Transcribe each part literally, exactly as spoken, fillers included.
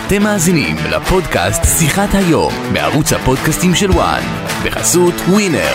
אתם מאזינים לפודקאסט שיחת היום בערוץ הפודקאסטים של וואן בחסות ווינר.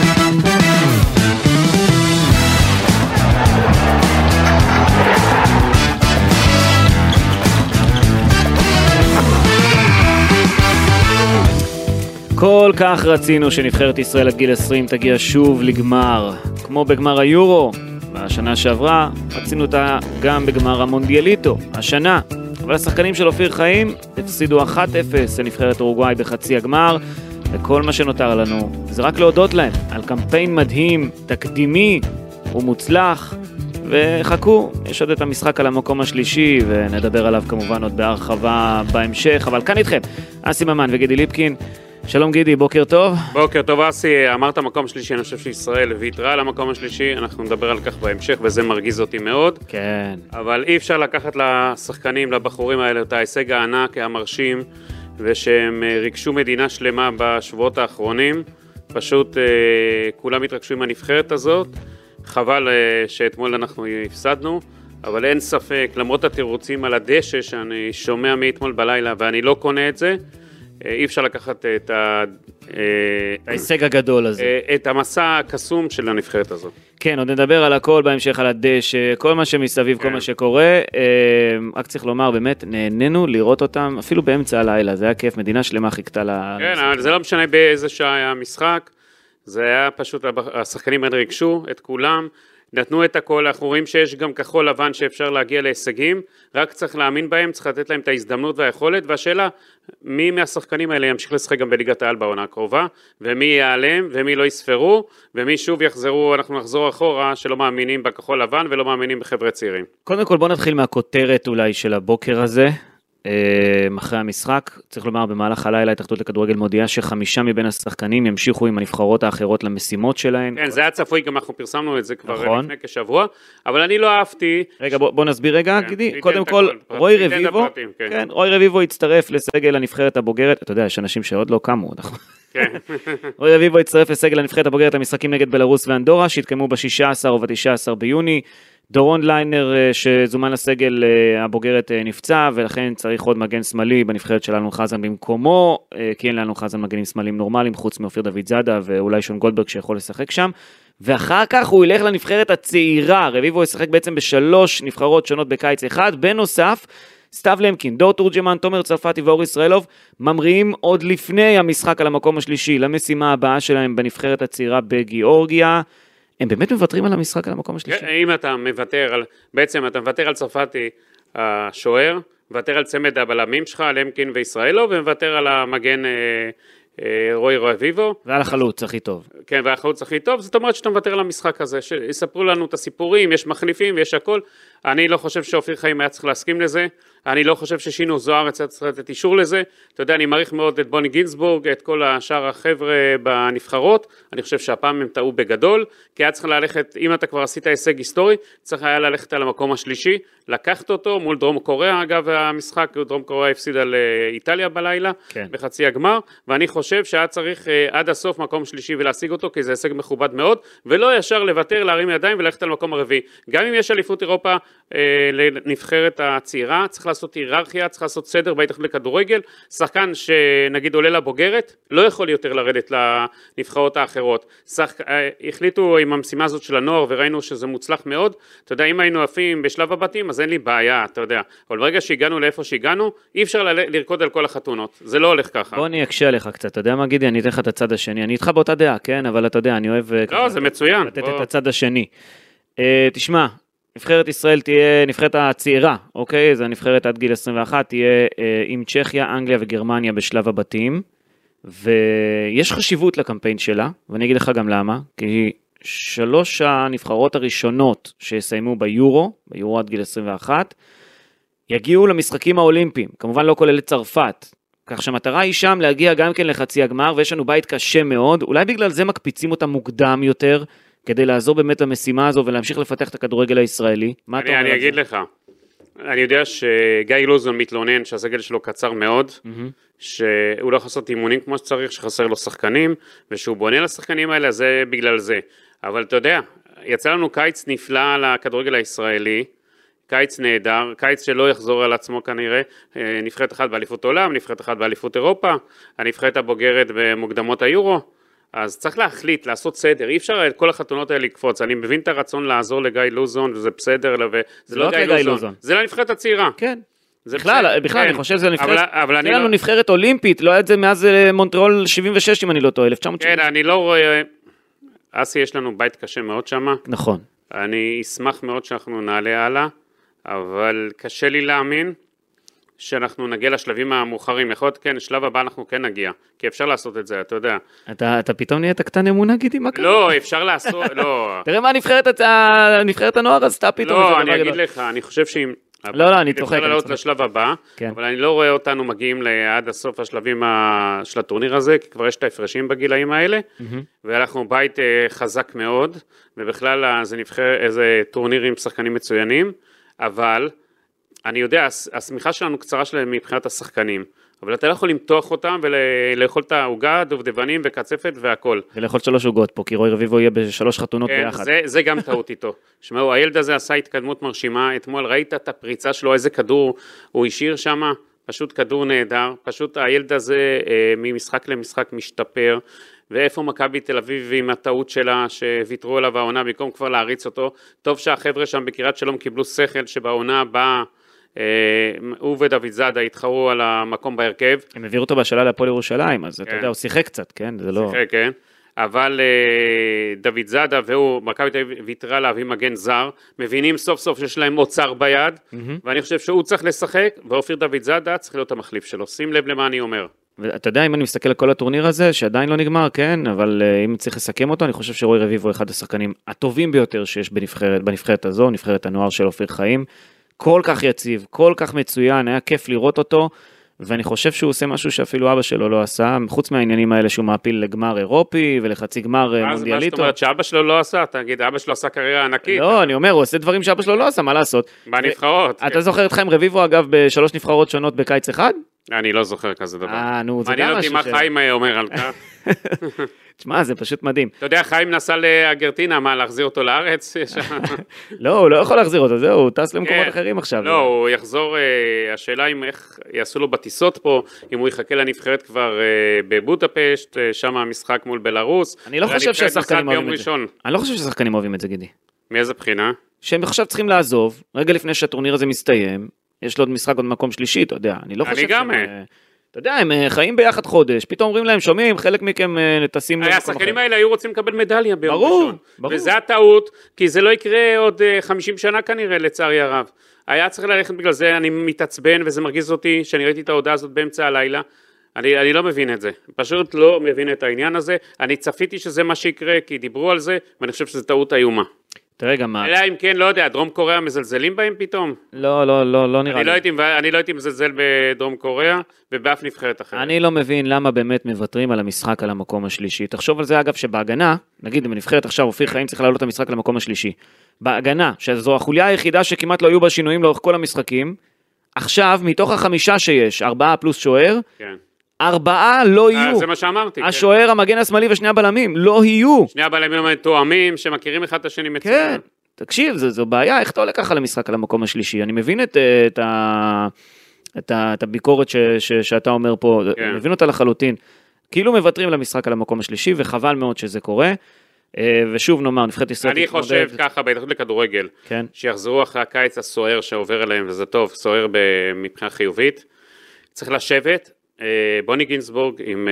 כל כך רצינו שנבחרת ישראל עד גיל עשרים תגיע שוב לגמר, כמו בגמר היורו, והשנה שעברה רצינו אותה גם בגמר המונדיאליטו, השנה. אבל השחקנים של אופיר חיים הפסידו אחת אפס לנבחרת אורוגוואי בחצי הגמר, וכל מה שנותר לנו זה רק להודות להם על קמפיין מדהים, תקדימי ומוצלח. וחכו, יש עוד את המשחק על המקום השלישי, ונדבר עליו כמובן עוד בהרחבה בהמשך, אבל כאן איתכם, אסי ממן וגידי ליפקין. שלום גידי, בוקר טוב. בוקר טוב אסי, אמרת מקום שלישי, אני חושב שישראל ויתרה על המקום השלישי, אנחנו נדבר על כך בהמשך, וזה מרגיז אותי מאוד. כן. אבל אי אפשר לקחת לשחקנים, לבחורים האלה, את ההישג הענק, המרשים, ושהם ריגשו מדינה שלמה בשבועות האחרונים, פשוט אה, כולם התרגשו עם הנבחרת הזאת, חבל אה, שאתמול אנחנו הפסדנו, אבל אין ספק, למרות התירוצים על הדשא שאני שומע מאתמול בלילה, ואני לא קונה את זה, אי אפשר לקחת את ה... ההישג הגדול הזה. את המסע הקסום של הנבחרת הזאת. כן, עוד נדבר על הכל בהמשך, על הדשא, כל מה שמסביב, כל מה שקורה. רק צריך לומר, באמת, נהנינו לראות אותם, אפילו באמצע הלילה, זה היה כיף, מדינה שלמה חיכתה לה... כן, אבל זה לא משנה באיזה שעה היה המשחק, זה היה פשוט, השחקנים ריגשו את כולם, נתנו את הכל, אנחנו רואים שיש גם כחול לבן שאפשר להגיע להישגים, רק צריך להאמין בהם, צריך לתת להם את ההזדמנות והיכולת, והשאלה, מי מהשחקנים האלה ימשיך לשחק גם בליגת העל בעונה הקרובה, ומי ייעלם, ומי לא יספרו, ומי שוב יחזרו, אנחנו נחזור אחורה, שלא מאמינים בכחול לבן, ולא מאמינים בחבר'ה צעירים. קודם כל בוא נתחיל מהכותרת אולי של הבוקר הזה, אחרי המשחק, צריך לומר במהלך הלילה ההתאחדות לכדורגל מודיעה שחמישה מבין השחקנים ימשיכו עם הנבחרות האחרות למשימות שלהן. כן, זה היה צפוי, גם אנחנו פרסמנו את זה כבר לפני כשבוע, אבל אני לא אהבתי. רגע, בוא נסביר רגע, גידי. קודם כל, רוי רביבו, כן, רוי רביבו הצטרף לסגל הנבחרת הבוגרת, אתה יודע, יש אנשים שעוד לא קמו, נכון? רוי רביבו הצטרף לסגל הנבחרת הבוגרת למשחקים נגד בלרוס ואנדורה, שהתקיימו ב-שישה עשר וב-תשעה עשר ביוני. דורון ליינר שזומן לסגל הבוגרת נפצע, ולכן צריך עוד מגן שמאלי בנבחרת של אלון חזן במקומו, כי אין לאלון חזן מגנים שמאליים נורמליים, חוץ מאופיר דוד זאדה ואולי שון גולדברג שיכול לשחק שם, ואחר כך הוא ילך לנבחרת הצעירה, רביבו ישחק בעצם בשלוש נבחרות שונות בקיץ אחד, בנוסף, סתיו למקין, דור תורג'מן, תומר צרפתי ואור ישראלוב, ממריאים עוד לפני המשחק על המקום השלישי, למשימה הבאה שלהם בנבחרת הצעירה בגיאורגיה. הם באמת מוותרים על המשחק על המקום השלישי? אם אתה מוותר על, בעצם אתה מוותר על צרפתי השוער, מוותר על צמד הבלמים שלך, למקין וישראלוב, ומוותר על המגן רוי רביבו. ועל החלוץ הכי טוב. כן, ועל החלוץ הכי טוב, זאת אומרת שאתה מוותר על המשחק הזה, שיספרו לנו את הסיפורים, יש מחליפים ויש הכל. אני לא חושב שאופיר חיים היה צריך להסכים לזה, אני לא חושב ששינו זוהר צריך לתת אישור לזה, אתה יודע, אני מעריך מאוד את בוני גינסבורג, את כל השאר החבר'ה בנבחרות, אני חושב שהפעם הם טעו בגדול, כי היה צריך ללכת, אם אתה כבר עשית הישג היסטורי, צריך היה ללכת על המקום השלישי, לקחת אותו מול דרום קוריאה, אגב המשחק, דרום קוריאה הפסידה לאיטליה בלילה, כן. בחצי הגמר, ואני חושב שהיה צריך עד הסוף מקום שלישי ולהשיג אותו, כי זה הישג מכובד מאוד, ולא ישר לוותר, להרים ידיים וללכת על מקום הרביעי. גם אם יש אליפות אירופה לנבחרת הצעירה, צריך לעשות היררכיה, צריך לעשות סדר בהתאחדות לכדורגל, שחקן שנגיד עולה לבוגרת, לא יכול יותר לרדת לנבחרות האחרות. שח... החליטו עם המשימה הזאת של הנוער, וראינו שזה מוצלח מאוד, אתה יודע, אם היינו עפים בשלב הבתים, אז אין לי בעיה, אתה יודע, אבל ברגע שהגענו לאיפה שהגענו, אי אפשר ל... לרקוד על כל החתונות, זה לא הולך ככה. בוא אני אקשה לך קצת, אתה יודע מה גידי, אני אתן לך את הצד השני, אני איתך באותה דעה, כן, אבל אתה יודע, אני אוהב... לא, ככה, זה מצוין. לתת בוא... את הצד השני. Uh, תשמע, נבחרת ישראל תהיה נבחרת הצעירה, אוקיי? זה הנבחרת עד גיל עשרים ואחת, תהיה אה, עם צ'כיה, אנגליה וגרמניה בשלב הבתים, ויש חשיבות לקמפיין שלה, ואני אגיד לך גם למה, כי שלוש הנבחרות הראשונות שיסיימו ביורו, ביורו עד גיל עשרים ואחת, יגיעו למשחקים האולימפיים, כמובן לא כולל צרפת, כך שהמטרה היא שם להגיע גם כן לחצי הגמר, ויש לנו בית קשה מאוד, אולי בגלל זה מקפיצים אותה מוקדם יותר, כדי לעזור באמת למשימה הזו ולהמשיך לפתח את הכדורגל הישראלי. מה אתה אומר על זה? אני אגיד לך, אני יודע שגיא לוזון מתלונן שהסגל שלו קצר מאוד, שהוא לא יכול לעשות אימונים כמו שצריך, שחסר לו שחקנים, ושהוא בונה לשחקנים האלה, זה בגלל זה. אבל אתה יודע, יצא לנו קיץ נפלא לכדורגל הישראלי, קיץ נהדר, קיץ שלא יחזור על עצמו כנראה, נבחרת אחת באליפות עולם, נבחרת אחת באליפות אירופה, הנבחרת הבוגרת במוקדמות היורו, אז צריך להחליט, לעשות סדר, אי אפשר את כל החתונות האלה לקפוץ, אני מבין את הרצון לעזור לגיא לוזון, וזה בסדר, וזה לא גיא לוזון, זה לנבחרת הצעירה. כן. בכלל, בכלל, אני חושב שזה נבחרת, זה לנו נבחרת אולימפית, לא היה את זה מאז מונטריאול שבעים ושש, אם אני לא טועה, אלף תשע מאות שבעים ושש. כן, אני לא רואה, אסי, יש לנו בית קשה מאוד שם. נכון. אני אשמח מאוד שאנחנו נעלה הלאה, אבל קשה לי להאמין שאנחנו נגיע לשלבים המאוחרים. יכול להיות, כן, שלב הבא אנחנו כן נגיע, כי אפשר לעשות את זה, אתה יודע. אתה, אתה פתאום נהיית קטן אמונה, גידי, מה קרה? לא, אפשר לעשות, לא. תראה מה נבחרת, הנבחרת הנוער עשתה פתאום. לא, אני אגיד לך, אני חושב שאם... לא, לא, אני צוחק. אפשר לעלות לשלב הבא, אבל אני לא רואה אותנו מגיעים עד הסוף השלבים של הטורניר הזה, כי כבר יש את ההפרשים בגילאים האלה, ואנחנו בית חזק מאוד, ובכלל זה נבחר איזה טורניר עם שחקנים מצוינים, אבל אני יודע, הסמיכה שלנו קצרה שלהם מבחינת השחקנים, אבל אתה לא יכול למתוח אותם ולאכול את העוגה, דובדבנים וקצפת והכל. ולאכול שלוש עוגות פה, כי רוי רביבו יהיה בשלוש חתונות ביחד. זה, זה גם טעות איתו. שמעו, הילד הזה עשה התקדמות מרשימה, אתמול ראית את הפריצה שלו, איזה כדור הוא השאיר שם, פשוט כדור נהדר, פשוט הילד הזה ממשחק למשחק משתפר, ואיפה מכבי תל אביב עם הטעות שלה, שוויתרו עליו העונה, במקום כבר להריץ אותו, טוב שהחבר'ה שם בקריית שלום קיבלו שכל, שבעונה הבאה, הוא ודוד זאדה התחרו על המקום בהרכב. הם העבירו אותו בשאלה להפועל ירושלים, אז אתה יודע, הוא שיחק קצת, כן? זה לא... שיחק, כן. אבל דוד זאדה והוא, מכבי תל אביב ויתרה להביא מגן זר, מבינים סוף סוף שיש להם אוצר ביד, ואני חושב שהוא צריך לשחק, ואופיר דוד זאדה צריך להיות המחליף שלו. שים לב למה אני אומר. ואתה יודע, אם אני מסתכל על כל הטורניר הזה, שעדיין לא נגמר, כן, אבל אם צריך לסכם אותו, אני חושב שרוי רביבו אחד השחקנים הטובים ביותר שיש בנבחרת, בנבחרת הזו, נבחרת הנוער של אופיר חיים. כל כך יציב, כל כך מצוין, היה כיף לראות אותו, ואני חושב שהוא עושה משהו שאפילו אבא שלו לא עשה, חוץ מהעניינים האלה שהוא מעפיל לגמר אירופי, ולחצי גמר מונדיאליטו. מה זאת אומרת שאבא שלו לא עשה? תגיד, אבא שלו עשה קריירה ענקית. לא, אני אומר, הוא עושה דברים שאבא שלו לא עשה, מה לעשות? בנבחרות. אתה זוכר את חיים רביבו, אגב, בשלוש נבחרות שונות בקיץ אחד? אני לא זוכר כזה דבר. אה, נו, זה גם מעניין משהו אותי מה חיים אומר על כך. תשמע, זה פשוט מדהים. אתה יודע, חיים נסע לארגנטינה, מה, להחזיר אותו לארץ? לא, הוא לא יכול להחזיר אותו, זהו, הוא טס למקומות אחרים עכשיו. לא, הוא יחזור, השאלה אם איך יעשו לו בטיסות פה, אם הוא יחכה לנבחרת כבר בבודפשט, שם המשחק מול בלרוס. אני לא חושב שהשחקנים אוהבים את זה. אני לא חושב שהשחקנים אוהבים את זה, גידי. מאיזה בחינה? שהם עכשיו צריכים לעזוב, רגע לפני שהטורניר הזה מסתיים, יש לו עוד משחק עוד מקום שלישי, אתה יודע. אני לא חושב שהם... אתה יודע, הם חיים ביחד חודש, פתאום אומרים להם, שומעים, חלק מכם נטסים למקום אחר. השחקנים האלה היו רוצים לקבל מדליה ביום ברור, ראשון. ברור. וזה הטעות, כי זה לא יקרה עוד חמישים שנה כנראה, לצערי הרב. היה צריך ללכת בגלל זה, אני מתעצבן, וזה מרגיז אותי, שאני ראיתי את ההודעה הזאת באמצע הלילה. אני, אני לא מבין את זה, פשוט לא מבין את העניין הזה. אני צפיתי שזה מה שיקרה, כי דיברו על זה, ואני חושב שזו טעות איומה. תראה גם מה... אלא אם כן, לא יודע, דרום קוריאה מזלזלים בהם פתאום? לא, לא, לא, לא נראה אני לי. לא הייתי, אני לא הייתי מזלזל בדרום קוריאה, ובאף נבחרת אחרת. אני לא מבין למה באמת מוותרים על המשחק על המקום השלישי. תחשוב על זה אגב שבהגנה, נגיד אם נבחרת עכשיו, אופיר חיים צריך לעלות המשחק על המקום השלישי. בהגנה, שזו החוליה היחידה שכמעט לא היו בה שינויים לאורך כל המשחקים, עכשיו מתוך החמישה שיש, ארבעה פלוס שוער, כן. ארבעה לא יהיו. זה מה שאמרתי. השוער, המגן השמאלי ושני הבלמים, לא יהיו. שני הבלמים הם תואמים, שמכירים אחד את השני מצוין. כן, תקשיב, זו, זו בעיה, איך אתה עולה ככה למשחק על המקום השלישי? אני מבין את, את, ה, את, ה, את הביקורת ש, ש, שאתה אומר פה, כן. אני מבין אותה לחלוטין. כאילו מוותרים למשחק על המקום השלישי, וחבל מאוד שזה קורה. ושוב נאמר, נבחרת ישראל... אני חושב ככה, בהתאחדות לכדורגל, כן. שיחזרו אחרי הקיץ הסוער שעובר אליהם, וזה טוב, סוער מבחינה חיובית. צריך לשבת... בוני גינסבורג עם,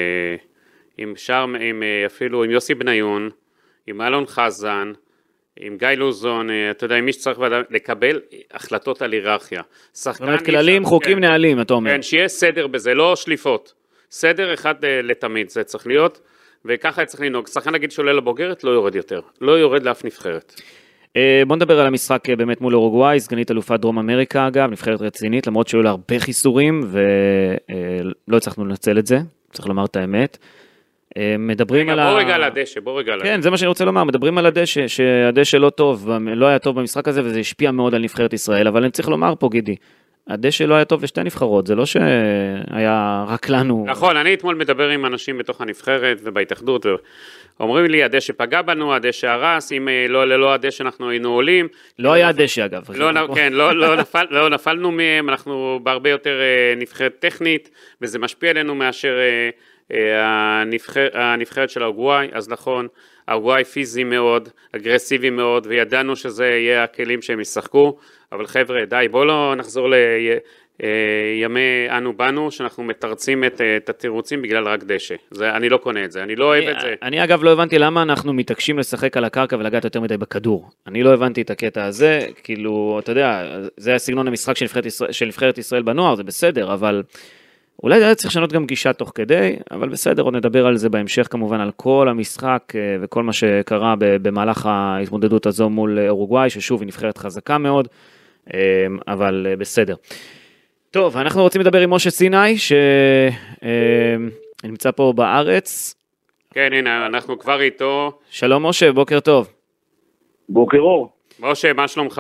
עם שר, עם, אפילו עם יוסי בניון, עם אלון חזן, עם גיא לוזון, אתה יודע, עם מי שצריך לקבל החלטות על היררכיה. זאת אומרת, כללים, חוקים, נהלים, אתה אומר. כן, שיהיה סדר בזה, לא שליפות. סדר אחד לתמיד, זה צריך להיות, וככה צריך לנהוג. שחקן נגיד שעולה לבוגרת, לא יורד יותר. לא יורד לאף נבחרת. בוא נדבר על המשחק באמת מול אורוגוואי, סגנית אלופת דרום אמריקה אגב, נבחרת רצינית, למרות שהיו לה הרבה חיסורים, ולא הצלחנו לנצל את זה, צריך לומר את האמת. מדברים על ה... בוא רגע על הדשא, בוא רגע על הדשא. כן, זה מה שאני רוצה לומר, מדברים על הדשא, שהדשא לא טוב, לא היה טוב במשחק הזה, וזה השפיע מאוד על נבחרת ישראל, אבל אני צריך לומר פה, גידי, הדשא לא היה טוב לשתי נבחרות, זה לא שהיה רק לנו. נכון, אני אתמול מדבר עם אנשים בתוך הנבחרת ובהתאחדות, אומרים לי, הדשא פגע בנו, הדשא הרס, אם לא, ללא הדשא אנחנו היינו עולים. לא היה הדשא אגב. לא, כן, לא, לא, נפל, לא נפלנו מהם, אנחנו בהרבה יותר נבחרת טכנית, וזה משפיע עלינו מאשר הנבחרת, הנבחרת של אורוגוואי, אז נכון, אורוגוואי פיזי מאוד, אגרסיבי מאוד, וידענו שזה יהיה הכלים שהם ישחקו, אבל חבר'ה, די, בואו לא נחזור לימי אנו בנו, שאנחנו מתרצים את, את התירוצים בגלל רק דשא. זה, אני לא קונה את זה, אני לא אוהב את זה. אני אגב לא הבנתי למה אנחנו מתעקשים לשחק על הקרקע ולגעת יותר מדי בכדור. אני לא הבנתי את הקטע הזה, כאילו, אתה יודע, זה הסגנון המשחק של נבחרת ישראל, של נבחרת ישראל בנוער, זה בסדר, אבל אולי היה צריך לשנות גם גישה תוך כדי, אבל בסדר, עוד נדבר על זה בהמשך כמובן, על כל המשחק וכל מה שקרה במהלך ההתמודדות הזו מול אורוגוואי, ששוב היא נבחרת חזקה מאוד, אבל בסדר. טוב, אנחנו רוצים לדבר עם משה סיני, שנמצא פה בארץ. כן, הנה, אנחנו כבר איתו. שלום משה, בוקר טוב. בוקר אור. משה, מה שלומך?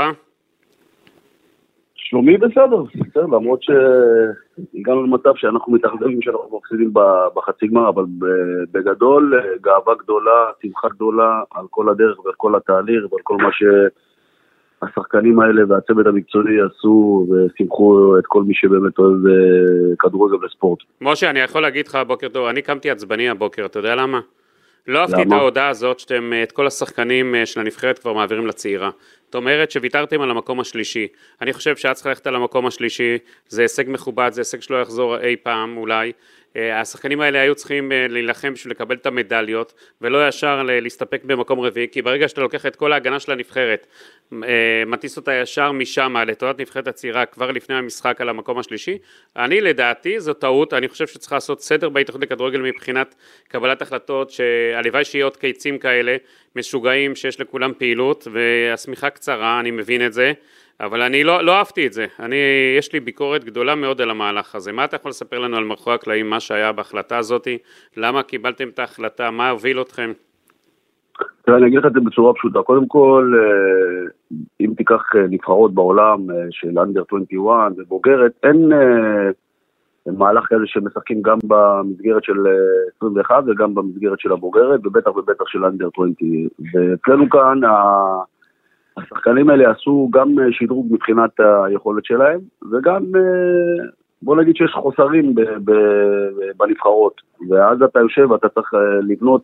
שלומי בסדר, בסדר, למרות שהגענו למצב שאנחנו מתאכזבים שאנחנו מפסידים בחצי גמר, אבל בגדול, גאווה גדולה, שמחה גדולה על כל הדרך ועל כל התהליך ועל כל מה שהשחקנים האלה והצוות המקצועי עשו ושמחו את כל מי שבאמת אוהב כדורגל וספורט. משה, אני יכול להגיד לך בוקר טוב, אני קמתי עצבני הבוקר, אתה יודע למה? לא אהבתי את ההודעה הזאת שאתם את כל השחקנים של הנבחרת כבר מעבירים לצעירה. זאת אומרת שוויתרתם על המקום השלישי. אני חושב שאת צריכה ללכת על המקום השלישי, זה הישג מכובד, זה הישג שלא יחזור אי פעם אולי. השחקנים האלה היו צריכים להילחם בשביל לקבל את המדליות, ולא ישר להסתפק במקום רביעי, כי ברגע שאתה לוקח את כל ההגנה של הנבחרת, מטיס אותה ישר משם לטובת נבחרת הצעירה כבר לפני המשחק על המקום השלישי, אני לדעתי זו טעות, אני חושב שצריכה לעשות סדר בהתאחדות לכדורגל מבחינת קבלת החלטות, שהלוואי שיהיו עוד קיצים כאלה, משוגעים שיש לכולם פעילות, והסמיכה קצרה, אני מבין את זה, אבל אני לא, לא אהבתי את זה, אני, יש לי ביקורת גדולה מאוד על המהלך הזה. מה אתה יכול לספר לנו על מאחורי הקלעים, מה שהיה בהחלטה הזאת, למה קיבלתם את ההחלטה, מה הוביל אתכם? תראה, אני אגיד לך את זה בצורה פשוטה, קודם כל, אם תיקח נבחרות בעולם של אנדר עשרים ואחת ובוגרת, אין מהלך כזה שמשחקים גם במסגרת של עשרים ואחת וגם במסגרת של הבוגרת, ובטח ובטח של אנדר עשרים, ואצלנו כאן, השחקנים האלה עשו גם שדרוג מבחינת היכולת שלהם, וגם בוא נגיד שיש חוסרים ב- ב- בנבחרות, ואז אתה יושב ואתה צריך לבנות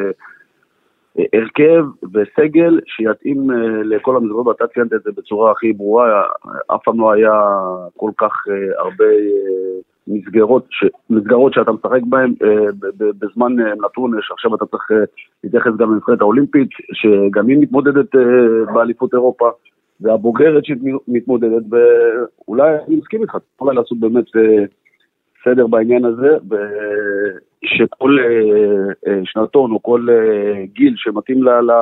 הרכב וסגל שיתאים לכל המסגרות, ואתה ציינת את זה בצורה הכי ברורה, אף פעם לא היה כל כך הרבה מסגרות, ש... מסגרות שאתה משחק בהן בזמן נתון, שעכשיו אתה צריך להתייחס גם לנבחרת האולימפית, שגם היא מתמודדת באליפות אירופה, והבוגרת שמתמודדת, ואולי אני מסכים איתך, אולי לעשות באמת סדר בעניין הזה, שכל שנתון או כל גיל שמתאים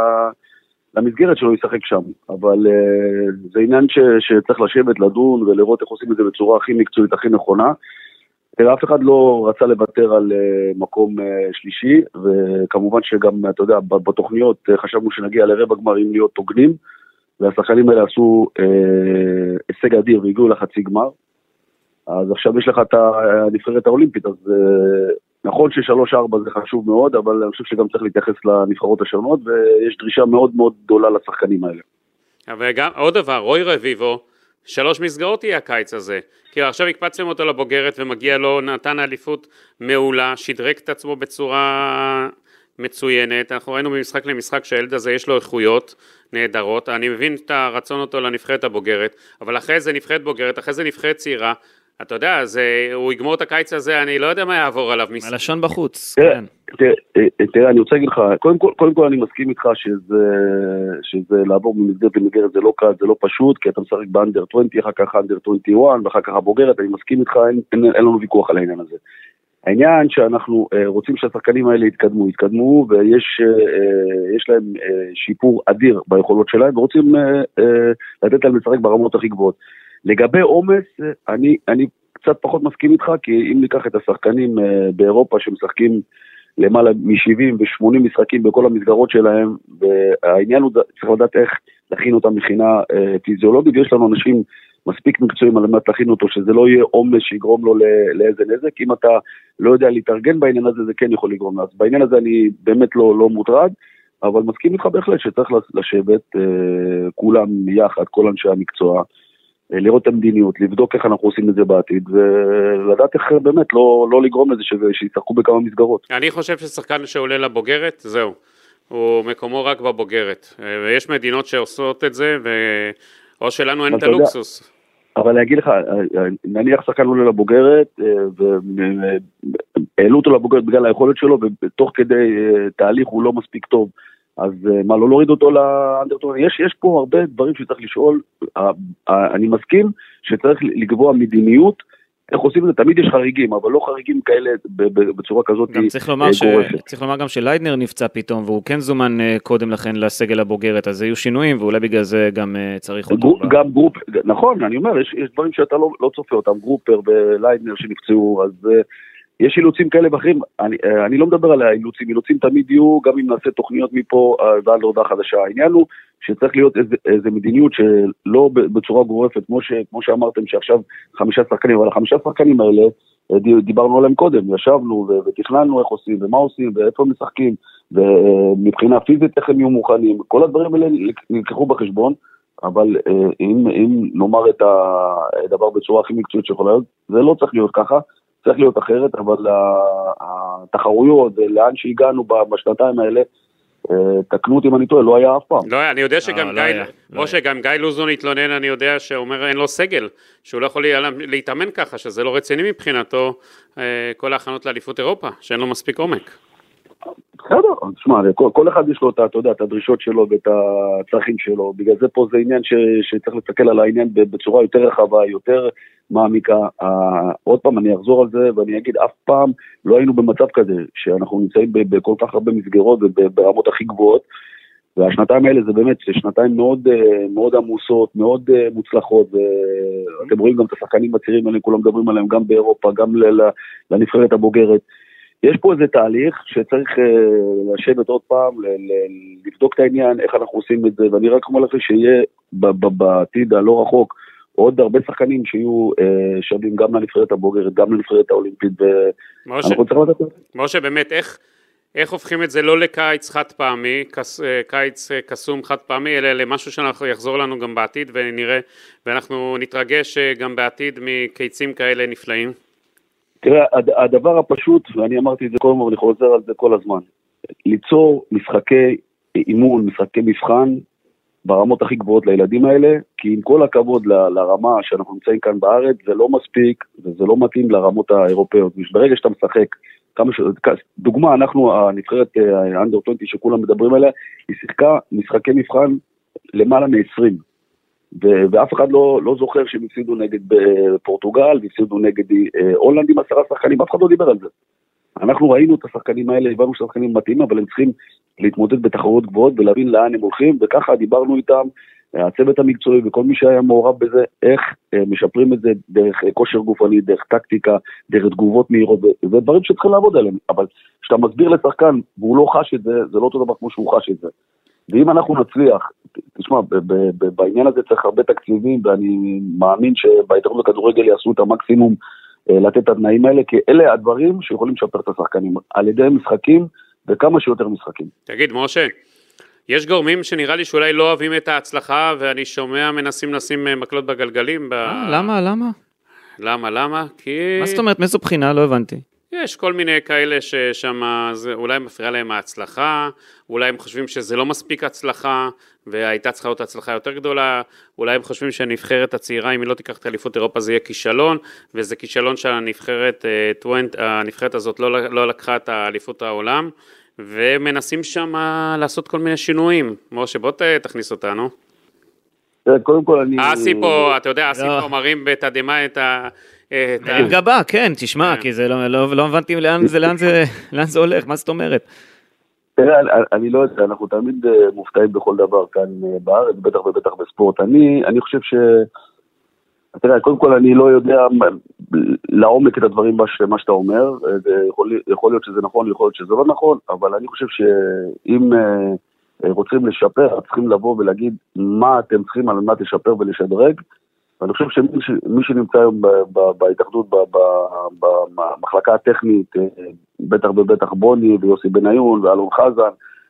למסגרת שלו ישחק שם, אבל זה עניין שצריך לשבת, לדון ולראות איך עושים את זה בצורה הכי מקצועית, הכי נכונה. אף אחד לא רצה לוותר על מקום שלישי, וכמובן שגם, אתה יודע, בתוכניות חשבנו שנגיע לרבע גמרים להיות תוגנים, והשחקנים האלה עשו הישג אדיר והגיעו לחצי גמר. אז עכשיו יש לך את הנבחרת האולימפית, אז נכון ששלוש ארבע זה חשוב מאוד, אבל אני חושב שגם צריך להתייחס לנבחרות השונות, ויש דרישה מאוד מאוד גדולה לשחקנים האלה. וגם עוד דבר, רוי רביבו, שלוש מסגרות יהיה הקיץ הזה, כי עכשיו הקפצתם אותו לבוגרת ומגיע לו, נתן אליפות מעולה, שדרג את עצמו בצורה מצוינת, אנחנו ראינו במשחק למשחק שהילד הזה יש לו איכויות נהדרות, אני מבין את הרצון אותו לנבחרת הבוגרת, אבל אחרי זה נבחרת בוגרת, אחרי זה נבחרת צעירה, אתה יודע, זה, הוא יגמור את הקיץ הזה, אני לא יודע מה יעבור עליו. הלשון בחוץ, תראה, כן. תראה, תראה, אני רוצה להגיד לך, קודם כל, קודם כל אני מסכים איתך שזה, שזה לעבור ממסגרת למסגרת, זה לא קל, זה לא פשוט, כי אתה משחק באנדר עשרים, אחר כך אנדר עשרים ואחת, ואחר כך הבוגרת, אני מסכים איתך, אין, אין, אין לנו ויכוח על העניין הזה. העניין שאנחנו אה, רוצים שהשחקנים האלה יתקדמו, יתקדמו, ויש אה, יש להם אה, שיפור אדיר ביכולות שלהם, ורוצים אה, אה, לתת להם לשחק ברמות הכי גבוהות. לגבי עומס, אני, אני קצת פחות מסכים איתך, כי אם ניקח את השחקנים אה, באירופה שמשחקים למעלה מ-שבעים ו-שמונים משחקים בכל המסגרות שלהם, והעניין הוא צריך לדעת איך להכין אותם מכינה אה, פיזיולוגית, ויש לנו אנשים מספיק מקצועיים על מנת להכין אותו, שזה לא יהיה עומס שיגרום לו לאיזה נזק. אם אתה לא יודע להתארגן בעניין הזה, זה כן יכול לגרום. אז בעניין הזה אני באמת לא, לא מוטרד, אבל מסכים איתך בהחלט שצריך לשבת אה, כולם יחד, כל אנשי המקצוע, אה, לראות את המדיניות, לבדוק איך אנחנו עושים את זה בעתיד, ולדעת איך באמת לא, לא לגרום לזה שישחקו בכמה מסגרות. אני חושב ששחקן שעולה לבוגרת, זהו, הוא מקומו רק בבוגרת, ויש מדינות שעושות את זה, או שלנו אין את הלוקסוס. אבל להגיד לך, נניח שחקן עולה לבוגרת, והעלו אותו לבוגרת בגלל היכולת שלו, ותוך כדי תהליך הוא לא מספיק טוב, אז מה, לא להוריד אותו לאנדרטון? יש, יש פה הרבה דברים שצריך לשאול, אני מסכים שצריך לקבוע מדיניות, איך עושים את זה? תמיד יש חריגים, אבל לא חריגים כאלה בצורה כזאת גם צריך לומר ש... צריך לומר גם שליידנר נפצע פתאום, והוא כן זומן קודם לכן לסגל הבוגרת, אז יהיו שינויים, ואולי בגלל זה גם צריך אותו. גם גרופ, נכון, אני אומר, יש, יש דברים שאתה לא, לא צופה אותם, גרופר וליידנר שנפצעו, אז יש אילוצים כאלה ואחרים, אני, אני לא מדבר על האילוצים, אילוצים תמיד יהיו, גם אם נעשה תוכניות מפה ועד להודעה חדשה. העניין הוא שצריך להיות איזה, איזה מדיניות שלא בצורה גורפת, כמו, ש, כמו שאמרתם שעכשיו חמישה שחקנים, אבל החמישה שחקנים האלה, דיברנו עליהם קודם, ישבנו ותכננו איך עושים ומה עושים ואיפה הם משחקים, ומבחינה פיזית איך הם יהיו מוכנים, כל הדברים האלה נלקחו בחשבון, אבל אם, אם נאמר את הדבר בצורה הכי מקצועית שיכולה להיות, זה לא צריך להיות ככה, צריך להיות אחרת, אבל התחרויות, לאן שהגענו בשנתיים האלה, תקנו אותי אם אני טועה, לא היה אף פעם. לא, אני יודע שגם גיא, או שגם גיא לוזון התלונן, אני יודע שאומר אין לו סגל, שהוא לא יכול להתאמן ככה, שזה לא רציני מבחינתו, כל ההכנות לאליפות אירופה, שאין לו מספיק עומק. בסדר, תשמע, כל, כל אחד יש לו את, אתה יודע, את הדרישות שלו ואת הצרכים שלו, בגלל זה פה זה עניין ש, שצריך לסתכל על העניין בצורה יותר רחבה, יותר מעמיקה. עוד פעם אני אחזור על זה ואני אגיד, אף פעם לא היינו במצב כזה, שאנחנו נמצאים בכל כך הרבה מסגרות וברמות הכי גבוהות, והשנתיים האלה זה באמת שנתיים מאוד, מאוד עמוסות, מאוד מוצלחות, ואתם רואים גם את השחקנים הצעירים האלה, כולם מדברים עליהם גם באירופה, גם לנבחרת הבוגרת. יש פה איזה תהליך שצריך uh, לשבת עוד פעם, ל- ל- לבדוק את העניין, איך אנחנו עושים את זה, ואני רק אומר לכם שיהיה ב- ב- בעתיד הלא רחוק, עוד הרבה שחקנים שיהיו uh, שווים גם לנבחרת הבוגרת, גם לנבחרת האולימפית, ואנחנו צריכים לדעת את זה. משה, באמת, איך, איך הופכים את זה לא לקיץ חד פעמי, קס, קיץ קסום חד פעמי, אלא למשהו שאנחנו יחזור לנו גם בעתיד, ונראה, ואנחנו נתרגש גם בעתיד מקיצים כאלה נפלאים? תראה, הדבר הפשוט, ואני אמרתי את זה כל הזמן, ואני חוזר על זה כל הזמן, ליצור משחקי אימון, משחקי מבחן, ברמות הכי גבוהות לילדים האלה, כי עם כל הכבוד ל, לרמה שאנחנו נמצאים כאן בארץ, זה לא מספיק, וזה לא מתאים לרמות האירופאיות. ברגע שאתה משחק, כמה ש... דוגמה, אנחנו, הנבחרת האנדר עשרים שכולם מדברים עליה, היא שיחקה משחקי מבחן למעלה מ-עשרים. ואף אחד לא, לא זוכר שהם הפסידו נגד פורטוגל, והפסידו נגד הולנד עם עשרה שחקנים, אף אחד לא דיבר על זה. אנחנו ראינו את השחקנים האלה, הבנו שהשחקנים מתאימים, אבל הם צריכים להתמודד בתחרויות גבוהות, ולהבין לאן הם הולכים, וככה דיברנו איתם, הצוות המקצועי וכל מי שהיה מעורב בזה, איך משפרים את זה דרך כושר גופני, דרך טקטיקה, דרך תגובות מהירות, זה דברים שצריכים לעבוד עליהם, אבל כשאתה מסביר לשחקן, והוא לא חש את זה, זה לא אותו דבר כמו שהוא חש את זה. ואם אנחנו נצליח, תשמע, בעניין הזה צריך הרבה תקציבים, ואני מאמין שבהתאחדות לכדורגל יעשו את המקסימום לתת את התנאים האלה, כי אלה הדברים שיכולים לשפר את השחקנים, על ידי משחקים וכמה שיותר משחקים. תגיד, משה, יש גורמים שנראה לי שאולי לא אוהבים את ההצלחה, ואני שומע מנסים לשים מקלות בגלגלים. אה, למה, למה? למה, למה? כי... מה זאת אומרת, מאיזו בחינה? לא הבנתי. יש כל מיני כאלה ששם אולי מפריע להם ההצלחה, אולי הם חושבים שזה לא מספיק הצלחה, והייתה צריכה להיות הצלחה יותר גדולה, אולי הם חושבים שהנבחרת הצעירה, אם היא לא תיקח את אליפות אירופה, זה יהיה כישלון, וזה כישלון שהנבחרת הנבחרת הזאת לא, לא לקחה את אליפות העולם, ומנסים שם לעשות כל מיני שינויים. משה, בוא תכניס אותנו. קודם כל אני... אסי פה, אתה יודע, אסי פה מרים בתדמה את ה... עם גבה, כן, תשמע, כי זה לא הבנתי לאן זה הולך, מה זאת אומרת? תראה, אני לא יודע, אנחנו תמיד מופתעים בכל דבר כאן בארץ, בטח ובטח בספורט. אני חושב ש... תראה, קודם כל אני לא יודע לעומק את הדברים מה שאתה אומר, יכול להיות שזה נכון, יכול להיות שזה לא נכון, אבל אני חושב שאם רוצים לשפר, צריכים לבוא ולהגיד מה אתם צריכים על מנת לשפר ולשדרג, ואני חושב שמי שנמצא היום בהתאחדות, במחלקה הטכנית, בטח ובטח בוני ויוסי בניון ואלון חזן,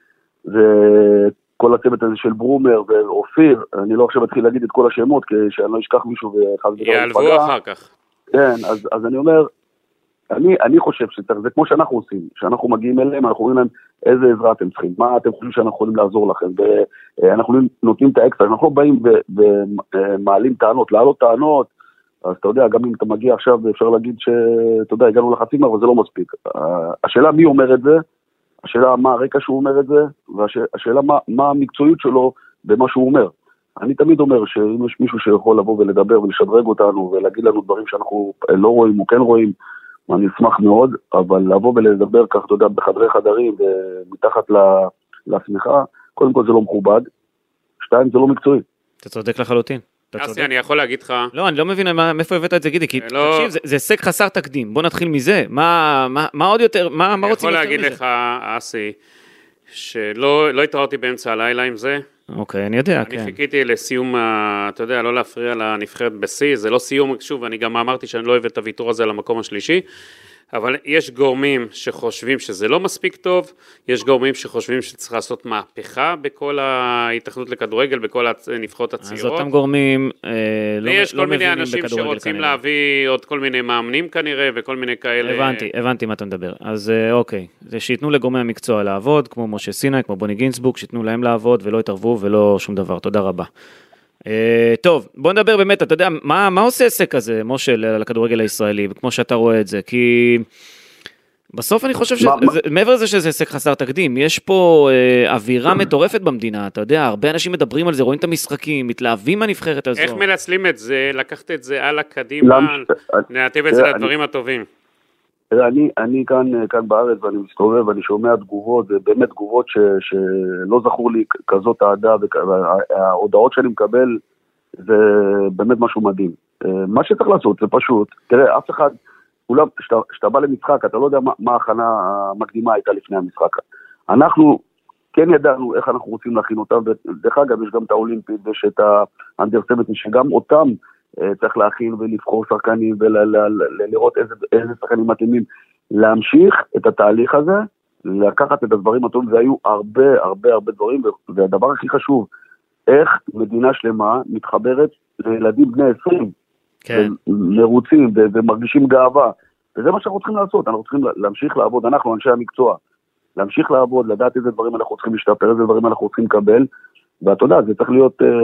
וכל הצוות הזה של ברומר ואופיר, אני לא עכשיו אתחיל להגיד את כל השמות, כי שאני לא אשכח מישהו ואחד יעלבו אחר כך. כן, אז, אז אני אומר, אני, אני חושב שצריך, זה כמו שאנחנו עושים, שאנחנו מגיעים אליהם, אנחנו אומרים להם איזה עזרה אתם צריכים, מה אתם חושבים שאנחנו יכולים לעזור לכם, ואנחנו נותנים את האקסטרה, אנחנו באים ומעלים טענות, לעלות טענות, אז אתה יודע, גם אם אתה מגיע עכשיו, אפשר להגיד שאתה יודע, הגענו לחצים, אבל זה לא מספיק. השאלה מי אומר את זה, השאלה מה הרקע שהוא אומר את זה, והשאלה מה, מה המקצועיות שלו במה שהוא אומר. אני תמיד אומר שאם יש מישהו שיכול לבוא ולדבר ולשדרג אותנו ולהגיד לנו דברים שאנחנו לא רואים או כן רואים, אני אשמח מאוד, אבל לבוא ולדבר כך, אתה יודע, בחדרי חדרים ומתחת לשמיכה, קודם כל זה לא מכובד, שתיים זה לא מקצועי. אתה צודק לחלוטין. אסי, אני יכול להגיד לך... לא, אני לא מבין מאיפה הבאת את זה, גידי, כי תקשיב, זה הישג חסר תקדים, בוא נתחיל מזה, מה עוד יותר, מה רוצים יותר מזה? אני יכול להגיד לך, אסי, שלא התראיתי באמצע הלילה עם זה. אוקיי, אני יודע, כן. אני חיכיתי לסיום, אתה יודע, לא להפריע לנבחרת בסי, זה לא סיום, שוב, אני גם אמרתי שאני לא אוהב את הוויתור הזה למקום השלישי, אבל יש גורמים שחושבים שזה לא מספיק טוב, יש גורמים שחושבים שצריך לעשות מהפכה בכל ההתאחדות לכדורגל, בכל הנבחרות הצעירות. אז אותם גורמים לא, ויש לא כל מיני מבינים אנשים בכדורגל שרוצים כנראה. להביא עוד כל מיני מאמנים כנראה, וכל מיני כאלה. הבנתי, הבנתי מה אתה מדבר. אז אוקיי, זה שיתנו לגורמי המקצוע לעבוד, כמו משה סיני, כמו בוני גינסבורג, שיתנו להם לעבוד ולא יתערבו ולא שום דבר. תודה רבה. Uh, טוב, בוא נדבר באמת, אתה יודע, מה, מה עושה עסק כזה, משה, לכדורגל הישראלי, כמו שאתה רואה את זה, כי בסוף אני חושב שמעבר לזה שזה עסק חסר תקדים, יש פה uh, אווירה מטורפת במדינה, אתה יודע, הרבה אנשים מדברים על זה, רואים את המשחקים, מתלהבים מהנבחרת הזו. איך מנצלים את זה, לקחת את זה הלאה קדימה, נעטב את זה לדברים הטובים. אני, אני כאן, כאן בארץ ואני מסתובב ואני שומע תגובות, זה באמת תגובות ש, שלא זכור לי כזאת העדה, וההודעות שאני מקבל זה באמת משהו מדהים. מה שצריך לעשות זה פשוט, תראה, אף אחד, אולי שאתה, שאתה בא למשחק, אתה לא יודע מה, מה ההכנה המקדימה הייתה לפני המשחק. אנחנו כן ידענו איך אנחנו רוצים להכין אותם, ודרך אגב יש גם את האולימפית ויש את האנדר שבעים, שגם אותם צריך להכין ולבחור שחקנים ולראות איזה, איזה שחקנים מתאימים, להמשיך את התהליך הזה, לקחת את הדברים הטובים, והיו הרבה הרבה הרבה דברים, והדבר הכי חשוב, איך מדינה שלמה מתחברת לילדים בני עשרים, כן. מרוצים ומרגישים גאווה, וזה מה שאנחנו צריכים לעשות, אנחנו צריכים להמשיך לעבוד, אנחנו אנשי המקצוע, להמשיך לעבוד, לדעת איזה דברים אנחנו צריכים להשתפר, איזה דברים אנחנו צריכים לקבל, ואתה יודע, זה צריך להיות אה,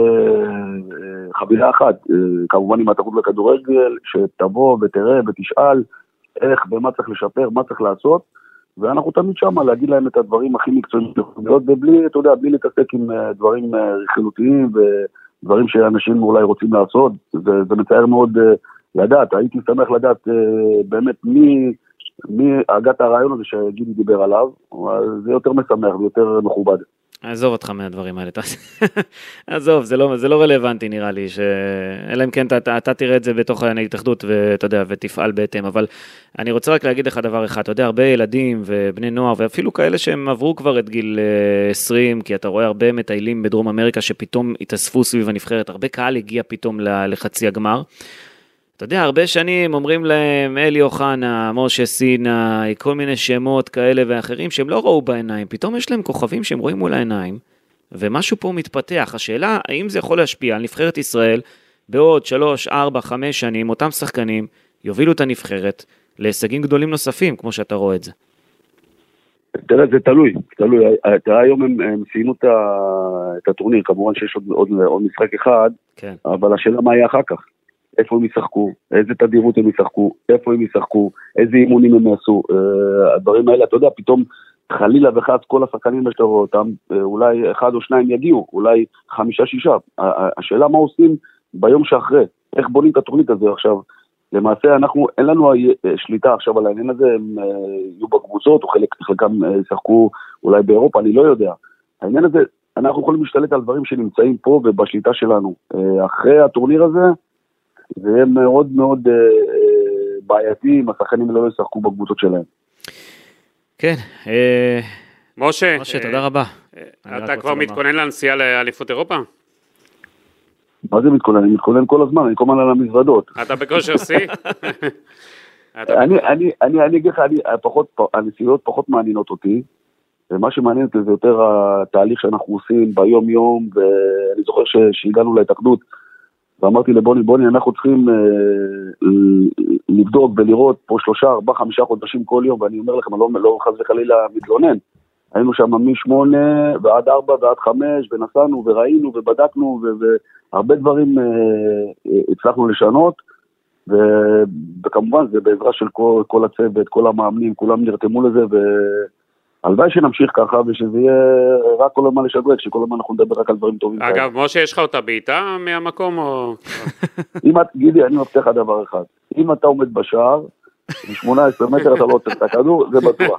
אה, חבילה אחת, אה, כמובן עם התאחדות לכדורגל, שתבוא ותראה ותשאל איך ומה צריך לשפר, מה צריך לעשות, ואנחנו תמיד שם להגיד להם את הדברים הכי מקצועיים, ובלי, אתה יודע, בלי להתעסק עם אה, דברים אה, רכילותיים ודברים שאנשים אולי רוצים לעשות, זה, זה מצער מאוד אה, לדעת, הייתי שמח לדעת אה, באמת מי, מי הגעת הרעיון הזה שגידי דיבר עליו, זה יותר משמח ויותר מכובד. עזוב אותך מהדברים האלה, עזוב, זה לא, זה לא רלוונטי נראה לי, אלא אם כן אתה, אתה תראה את זה בתוך ההתאחדות ואתה יודע, ותפעל בהתאם, אבל אני רוצה רק להגיד לך דבר אחד, אתה יודע, הרבה ילדים ובני נוער, ואפילו כאלה שהם עברו כבר את גיל עשרים, כי אתה רואה הרבה מטיילים בדרום אמריקה שפתאום התאספו סביב הנבחרת, הרבה קהל הגיע פתאום לחצי הגמר, אתה יודע, הרבה שנים אומרים להם אלי אוחנה, משה סיני, כל מיני שמות כאלה ואחרים שהם לא ראו בעיניים, פתאום יש להם כוכבים שהם רואים מול העיניים, ומשהו פה מתפתח. השאלה, האם זה יכול להשפיע על נבחרת ישראל, בעוד שלוש, ארבע, חמש שנים, אותם שחקנים יובילו את הנבחרת להישגים גדולים נוספים, כמו שאתה רואה את זה. תראה, זה תלוי, תלוי. היום הם, הם סיימו את הטורניר, כמובן שיש עוד, עוד, עוד משחק אחד, כן. אבל השאלה מה יהיה אחר כך. איפה הם ישחקו, איזה תדירות הם ישחקו, איפה הם ישחקו, איזה אימונים הם יעשו, הדברים האלה, אתה יודע, פתאום חלילה וחץ כל השחקנים שאתה רואה אותם, אולי אחד או שניים יגיעו, אולי חמישה, שישה. השאלה מה עושים ביום שאחרי, איך בונים את התוכנית הזה עכשיו. למעשה אנחנו, אין לנו שליטה עכשיו על העניין הזה, הם יהיו בקבוצות, או חלק, חלקם ישחקו אולי באירופה, אני לא יודע. העניין הזה, אנחנו יכולים להשתלט על דברים שנמצאים פה ובשליטה שלנו. אחרי הטורניר הזה, זה יהיה מאוד מאוד אה, בעייתי אם השחקנים לא ישחקו בקבוצות שלהם. כן. אה, משה, משה, אה, תודה רבה. אה, אתה כבר מתכונן לנסיעה לאליפות אירופה? מה זה מתכונן? אני מתכונן כל הזמן, אני כל הזמן על המזוודות. אתה בכושר שיא? אני, אני, אני, אני אגיד לך, הנסיעות פחות מעניינות אותי, ומה שמעניין אותי זה יותר התהליך שאנחנו עושים ביום יום, ואני זוכר שהגענו להתאחדות, ואמרתי לבוני, בוני, אנחנו צריכים לבדוק ולראות פה שלושה, ארבעה, חמישה חודשים כל יום, ואני אומר לכם, אני לא חס וחלילה מתלונן, היינו שם משמונה ועד ארבע ועד חמש, ונסענו וראינו ובדקנו, והרבה דברים הצלחנו לשנות, וכמובן זה בעזרה של כל, כל הצוות, כל המאמנים, כולם נרתמו לזה, והלוואי שנמשיך ככה, ושזה יהיה רק כל הזמן לשדרג, שכל הזמן אנחנו נדבר רק על דברים טובים. אגב, משה, יש לך אותה בעיטה מהמקום או... אם את, גידי, אני מבטיח לך דבר אחד, אם אתה עומד בשער, ב-שמונה עשרה מטר אתה לא עוצר את הכדור, זה בטוח.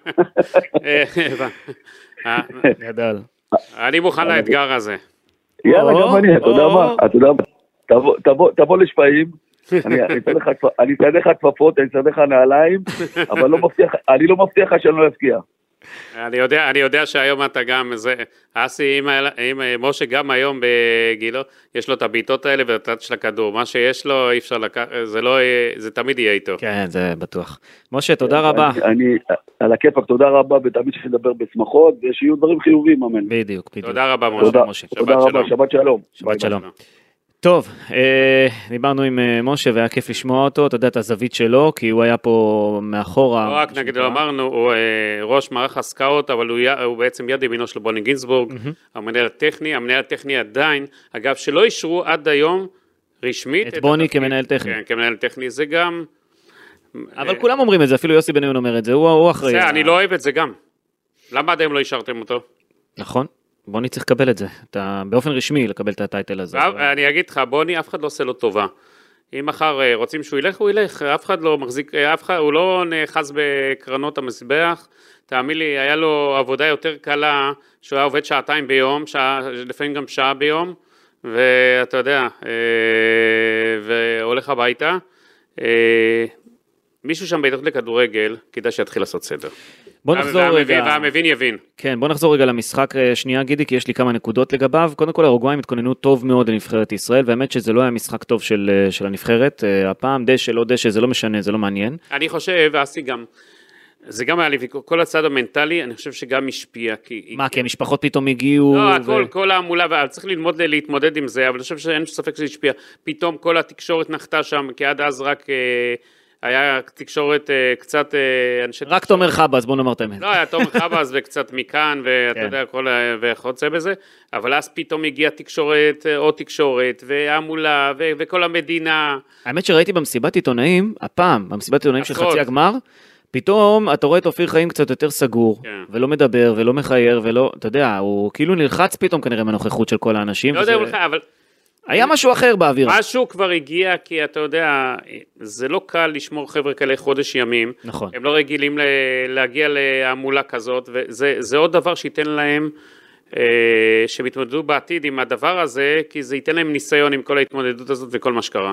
גדל. אני מוכן לאתגר הזה. יאללה, גם אני, אתה יודע מה, אתה יודע, תבוא לשפעים, אני אצטרך לך תפפות, אני אצטרך לך נעליים, אבל אני לא מבטיח לך שאני לא אפקיע. אני יודע, אני יודע שהיום אתה גם, זה, אסי, אם משה גם היום בגילו, יש לו את הביטות האלה ואת של הכדור, מה שיש לו אי אפשר לקחת, זה לא, זה תמיד יהיה איתו. כן, זה בטוח. משה, תודה רבה. אני, על הכיפק, תודה רבה, ותמיד שנדבר בשמחות, ושיהיו דברים חיובים, אמן. בדיוק, בדיוק. תודה רבה, משה. תודה רבה, שבת שלום. שבת שלום. טוב, אה, דיברנו עם אה, משה והיה כיף לשמוע אותו, אתה יודע את הזווית שלו, כי הוא היה פה מאחורה. לא רק נגיד, לא אמרנו, הוא אה, ראש מערך הסקאוט, אבל הוא, הוא בעצם יד ימינו של בוני גינצבורג, mm-hmm. המנהל הטכני, המנהל הטכני עדיין, אגב, שלא אישרו עד היום רשמית. את, את בוני התפקיד, כמנהל טכני. כן, כמנהל טכני, זה גם... אבל אה, כולם אומרים את זה, אפילו יוסי בניון אומר את זה, הוא, הוא אחראי. זה, אני לא אוהב את זה גם. למה עד היום לא אישרתם אותו? נכון. בוני צריך לקבל את זה, אתה באופן רשמי לקבל את הטייטל הזה. אני אגיד לך, בוני אף אחד לא עושה לו טובה. אם מחר רוצים שהוא ילך, הוא ילך, אף אחד לא מחזיק, אף אחד, הוא לא נחז בקרנות המזבח, תאמין לי, היה לו עבודה יותר קלה, שהוא היה עובד שעתיים ביום, שעה, לפעמים גם שעה ביום, ואתה יודע, והולך הביתה, מישהו שם בהתאחדות לכדורגל, כדאי שיתחיל לעשות סדר. בוא נחזור רגע. והמבין יבין. כן, בוא נחזור רגע למשחק שנייה, גידי, כי יש לי כמה נקודות לגביו. קודם כל, האורוגוואים התכוננו טוב מאוד לנבחרת ישראל, והאמת שזה לא היה משחק טוב של, של הנבחרת. הפעם דשא, לא דשא, זה לא משנה, זה לא מעניין. אני חושב, ועשי גם, זה גם היה לי, כל הצד המנטלי, אני חושב שגם השפיע. כי... מה, כי המשפחות פתאום הגיעו... לא, הכל, ו... כל העמולה, צריך ללמוד להתמודד עם זה, אבל אני חושב שאין ספק שזה השפיע. פתאום כל התקשורת נחתה שם, כי עד אז רק... היה תקשורת קצת... רק תומר חבאז, בוא נאמר את האמת. לא, היה תומר חבאז וקצת מכאן, ואתה יודע, וחוצה בזה, אבל אז פתאום הגיעה תקשורת, או תקשורת, והמולה, וכל המדינה. האמת שראיתי במסיבת עיתונאים, הפעם, במסיבת עיתונאים של חצי הגמר, פתאום אתה רואה את אופיר חיים קצת יותר סגור, ולא מדבר, ולא מחייר, ולא, אתה יודע, הוא כאילו נלחץ פתאום כנראה מהנוכחות של כל האנשים. לא יודע, אבל... היה משהו אחר באוויר. משהו כבר הגיע, כי אתה יודע, זה לא קל לשמור חבר'ה כאלה חודש ימים. נכון. הם לא רגילים להגיע להמולה כזאת, וזה עוד דבר שייתן להם, שמתמודדו בעתיד עם הדבר הזה, כי זה ייתן להם ניסיון עם כל ההתמודדות הזאת וכל מה שקרה.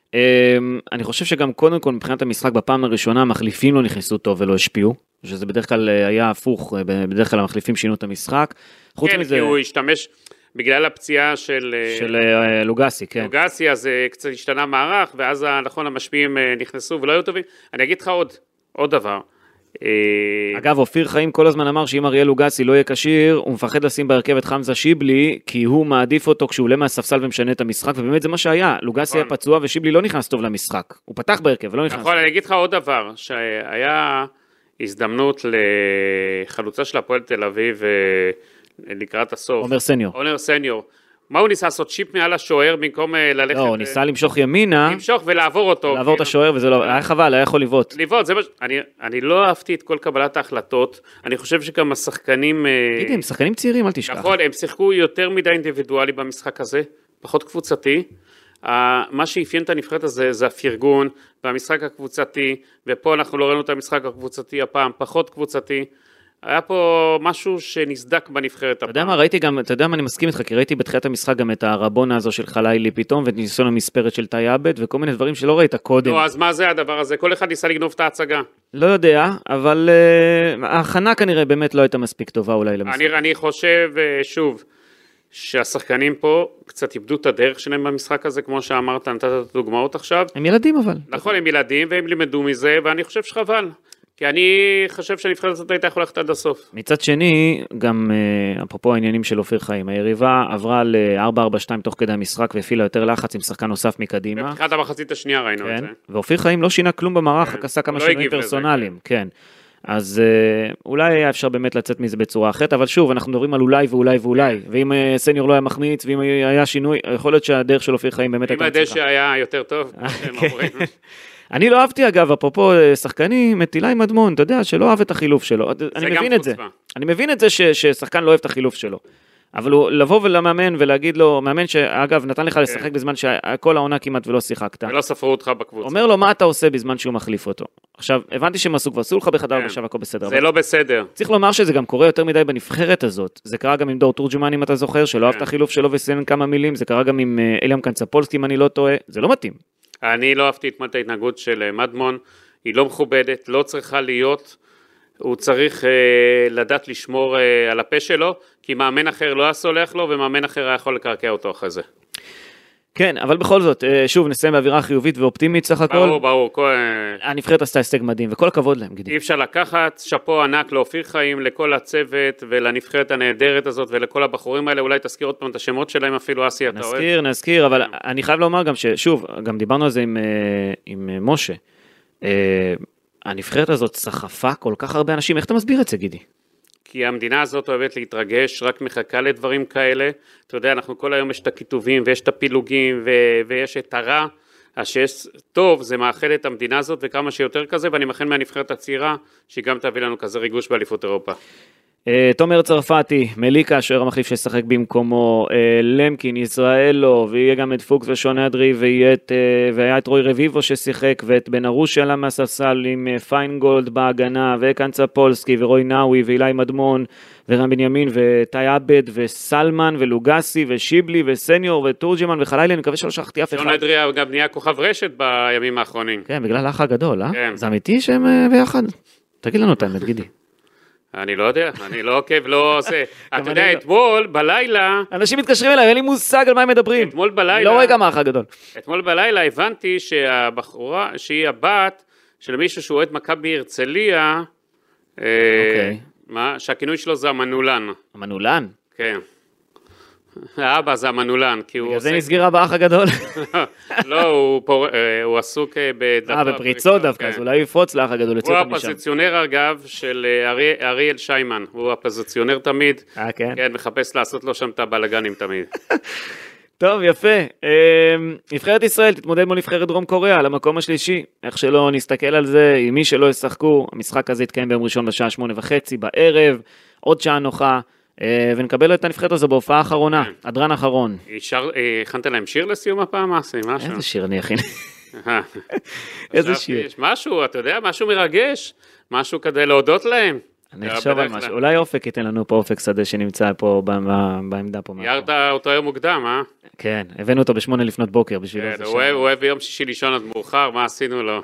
אני חושב שגם קודם כל מבחינת המשחק בפעם הראשונה, המחליפים לא נכנסו טוב ולא השפיעו, שזה בדרך כלל היה הפוך, בדרך כלל המחליפים שינו את המשחק. כן, כי הוא השתמש... בגלל הפציעה של... של לוגסי, כן. לוגסי, אז קצת השתנה מערך, ואז נכון המשפיעים נכנסו ולא היו טובים. אני אגיד לך עוד, עוד דבר. אגב, אופיר חיים כל הזמן אמר שאם אריאל לוגסי לא יהיה כשיר, הוא מפחד לשים בהרכב את חמזה שיבלי, כי הוא מעדיף אותו כשהוא עולה מהספסל ומשנה את המשחק, ובאמת זה מה שהיה. לוגסי היה פצוע ושיבלי לא נכנס טוב למשחק. הוא פתח בהרכב ולא נכנס. נכון, אני אגיד לך עוד דבר, שהיה הזדמנות לחלוצה של הפועל תל אביב לקראת הסוף. עומר סניור. עומר סניור. מה הוא ניסה לעשות? שיפ מעל השוער במקום ללכת... לא, הוא ניסה למשוך ימינה. למשוך ולעבור אותו. לעבור את השוער וזה לא... היה חבל, היה יכול לבעוט. לבעוט, זה מה... אני, אני לא אהבתי את כל קבלת ההחלטות. אני חושב שגם השחקנים... תגידי, הם שחקנים צעירים, אל תשכח. נכון, הם שיחקו יותר מדי אינדיבידואלי במשחק הזה, פחות קבוצתי. מה שאפיין את הנבחרת הזה זה הפרגון והמשחק הקבוצתי, ופה אנחנו לא ראינו את המשחק הקבוצתי הפעם, פחות קבוצתי. היה פה משהו שנסדק בנבחרת הפעם. אתה יודע מה, ראיתי גם, אתה יודע מה אני מסכים איתך, כי ראיתי בתחילת המשחק גם את הרבונה הזו של חלילי פתאום, ואת ניסיון המספרת של תאי עבד, וכל מיני דברים שלא ראית קודם. לא, אז מה זה הדבר הזה? כל אחד ניסה לגנוב את ההצגה. לא יודע, אבל uh, ההכנה כנראה באמת לא הייתה מספיק טובה אולי למשחק. אני, אני חושב, שוב, שהשחקנים פה קצת איבדו את הדרך שלהם במשחק הזה, כמו שאמרת, נתת את הדוגמאות עכשיו. הם ילדים אבל. נכון, הם ילדים, והם לימדו מזה, ואני חושב שחבל. כי אני חושב שהנבחרת הזאת הייתה יכולה ללכת עד הסוף. מצד שני, גם אפרופו העניינים של אופיר חיים, היריבה עברה ל-ארבע ארבע שתיים תוך כדי המשחק, והפעילה יותר לחץ עם שחקן נוסף מקדימה. בפתיחת המחצית השנייה ראינו כן. את זה. ואופיר חיים לא שינה כלום במערך, רק עשה כמה שינויים פרסונליים. לזה, כן. אז אה, אולי היה אפשר באמת לצאת מזה בצורה אחרת, אבל שוב, אנחנו מדברים על אולי ואולי ואולי, ואם אה, סניור לא היה מחמיץ, ואם היה שינוי, יכול להיות שהדרך של אופיר חיים באמת הייתה מצליחה. אם הדשא היה יותר טוב, אני לא אהבתי אגב, אפרופו שחקנים, את אילי מדמון, אתה יודע, שלא אוהב את החילוף שלו, אני מבין את זה, אני מבין את זה ששחקן לא אוהב את החילוף שלו, אבל הוא לבוא ולמאמן ולהגיד לו, מאמן שאגב נתן לך לשחק בזמן שכל העונה כמעט ולא שיחקת. ולא ספרו אותך בקבוצה. אומר לו מה אתה עושה בזמן שהוא מחליף אותו. עכשיו, הבנתי שהם עשו כבר, עשו לך בחדר עכשיו הכל בסדר. זה לא בסדר. צריך לומר שזה גם קורה יותר מדי בנבחרת הזאת. זה קרה גם עם דור תורג'מן אם אתה זוכר, שלא אהב את החילוף שלו וסינן כמה מילים, זה קרה גם עם אליאם קנצפולסקי אם אני לא טועה, זה לא מתאים. אני לא אהבתי את ההתנהגות של מדמון, היא לא מכובדת, לא צריכה להיות, הוא צריך אה, לדעת לשמור אה, על הפה שלו, כי מאמן אחר לא היה סולח לו, ומאמן אחר היה יכול לקרקע אותו אחרי זה. כן, אבל בכל זאת, שוב נסיים באווירה חיובית ואופטימית סך הכל. ברור, ברור. כל... הנבחרת עשתה הישג מדהים, וכל הכבוד להם, גידי. אי אפשר לקחת, שפו ענק לאופיר חיים, לכל הצוות, ולנבחרת הנהדרת הזאת, ולכל הבחורים האלה, אולי תזכיר עוד פעם את השמות שלהם, אפילו אסי, אתה אוהב. נזכיר, נזכיר, אבל אני חייב לומר גם ששוב, גם דיברנו על זה עם, עם משה, הנבחרת הזאת סחפה כל כך הרבה אנשים, איך אתה מסביר את זה, גידי? כי המדינה הזאת אוהבת להתרגש, רק מחכה לדברים כאלה. אתה יודע, אנחנו כל היום יש את הכיתובים, ויש את הפילוגים, ו- ויש את הרע. אז שיש טוב, זה מאחד את המדינה הזאת, וכמה שיותר כזה, ואני מאחל מהנבחרת הצעירה, שהיא גם תביא לנו כזה ריגוש באליפות אירופה. תומר צרפתי, מליקה, השוער המחליף שישחק במקומו, למקין, ישראלו, ויהיה גם את פוקס ושון אדרי, והיה את רוי רביבו ששיחק, ואת בן ארוש שעלה מהספסל עם פיינגולד בהגנה, וקנצפולסקי, ורוי נאווי, ואילי מדמון, ורם בנימין, ותאי עבד, וסלמן, ולוגסי, ושיבלי, וסניור, וטורג'מן, וחלילי, אני מקווה שלא שכחתי אף אחד. שון אדרי גם נהיה כוכב רשת בימים האחרונים. כן, בגלל האח הגדול, אה? זה אמיתי שהם ביחד? תגיד לנו את האמת, גידי. אני לא יודע, אני לא עוקב, לא עושה. אתה יודע, אתמול בלילה... אנשים מתקשרים אליי, אין לי מושג על מה הם מדברים. אתמול בלילה... לא רואה גם האח הגדול. אתמול בלילה הבנתי שהבחורה, שהיא הבת של מישהו שהוא אוהד מכבי הרצליה, מה? שהכינוי שלו זה המנולן. המנולן? כן. האבא זה המנולן, כי הוא... בגלל זה נסגרה באח הגדול? לא, הוא עסוק בדלתו. אה, בפריצות דווקא, אז אולי יפרוץ לאח הגדול, הוא הפוזיציונר אגב של אריאל שיימן, הוא הפוזיציונר תמיד. אה, כן? כן, מחפש לעשות לו שם את הבלגנים תמיד. טוב, יפה. נבחרת ישראל תתמודד מול נבחרת דרום קוריאה, למקום השלישי. איך שלא נסתכל על זה, עם מי שלא ישחקו, המשחק הזה יתקיים ביום ראשון בשעה שמונה וחצי בערב, עוד שעה נוחה. ונקבל את הנבחרת הזו בהופעה האחרונה, הדרן האחרון. הכנת להם שיר לסיום הפעם, אסי, משהו? איזה שיר אני אכין? איזה שיר? משהו, אתה יודע, משהו מרגש, משהו כדי להודות להם. אני חושב על משהו, אולי אופק ייתן לנו פה אופק שדה שנמצא פה בעמדה פה. ירת אותו היום מוקדם, אה? כן, הבאנו אותו בשמונה לפנות בוקר בשביל איזה שעה. הוא אוהב ביום שישי לישון עד מאוחר, מה עשינו לו?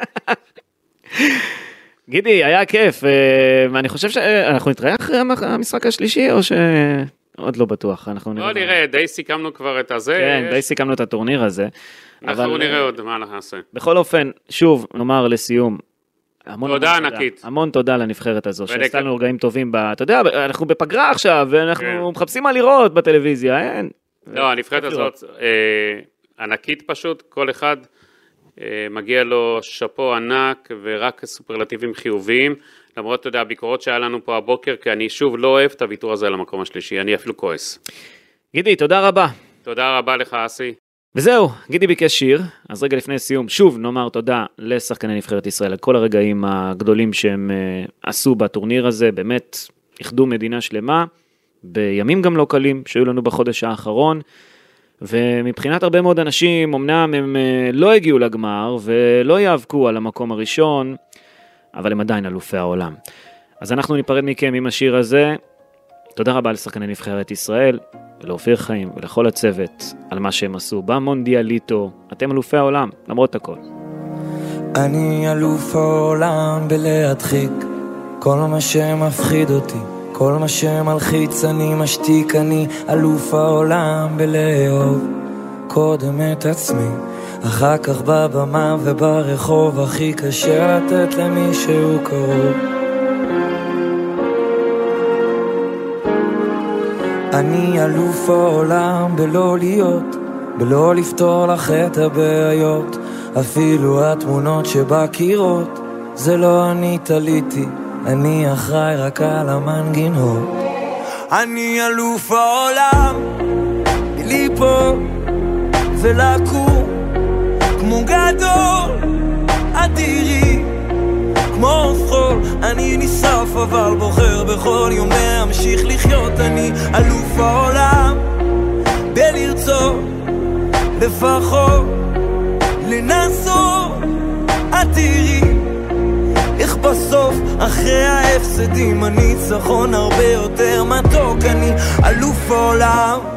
גידי, היה כיף, ואני חושב שאנחנו נתראה אחרי המשחק השלישי, או שעוד לא בטוח, אנחנו נראה. לא נראה, די סיכמנו כבר את הזה. כן, די סיכמנו את הטורניר הזה. אנחנו נראה עוד מה אנחנו נעשה. בכל אופן, שוב, נאמר לסיום, תודה ענקית. המון תודה לנבחרת הזו, שעשתה לנו רגעים טובים, אתה יודע, אנחנו בפגרה עכשיו, ואנחנו מחפשים מה לראות בטלוויזיה, אין. לא, הנבחרת הזאת ענקית פשוט, כל אחד מגיע לו שפו ענק ורק סופרלטיבים חיוביים, למרות, אתה יודע, הביקורות שהיה לנו פה הבוקר, כי אני שוב לא אוהב את הוויתור הזה למקום השלישי, אני אפילו כועס. גידי, תודה רבה. תודה רבה לך, אסי. וזהו, גידי ביקש שיר, אז רגע לפני סיום, שוב נאמר תודה לשחקני נבחרת ישראל, על כל הרגעים הגדולים שהם uh, עשו בטורניר הזה, באמת איחדו מדינה שלמה, בימים גם לא קלים שהיו לנו בחודש האחרון, ומבחינת הרבה מאוד אנשים, אמנם הם uh, לא הגיעו לגמר, ולא יאבקו על המקום הראשון, אבל הם עדיין אלופי העולם. אז אנחנו ניפרד מכם עם השיר הזה, תודה רבה לשחקני נבחרת ישראל, ולאופיר חיים ולכל הצוות על מה שהם עשו במונדיאליטו. אתם אלופי העולם, למרות הכל. אני אלוף העולם בלהדחיק כל מה שמפחיד אותי, כל מה שמלחיץ אני משתיק, אני אלוף העולם בלאהוב קודם את עצמי, אחר כך בבמה וברחוב הכי קשה לתת למישהו קרוב. אני אלוף העולם בלא להיות, בלא לפתור לך את הבעיות, אפילו התמונות שבקירות זה לא אני תליתי, אני אחראי רק על המנגינות. אני אלוף העולם בליפול ולקום כמו גדול אדירי, כמו חול אני נשרף אבל בוחר בכל יום להמשיך לחיות. אני אלוף העולם בלרצות לפחות לנסות, אדירי איך בסוף אחרי ההפסדים הניצחון הרבה יותר מתוק. אני אלוף העולם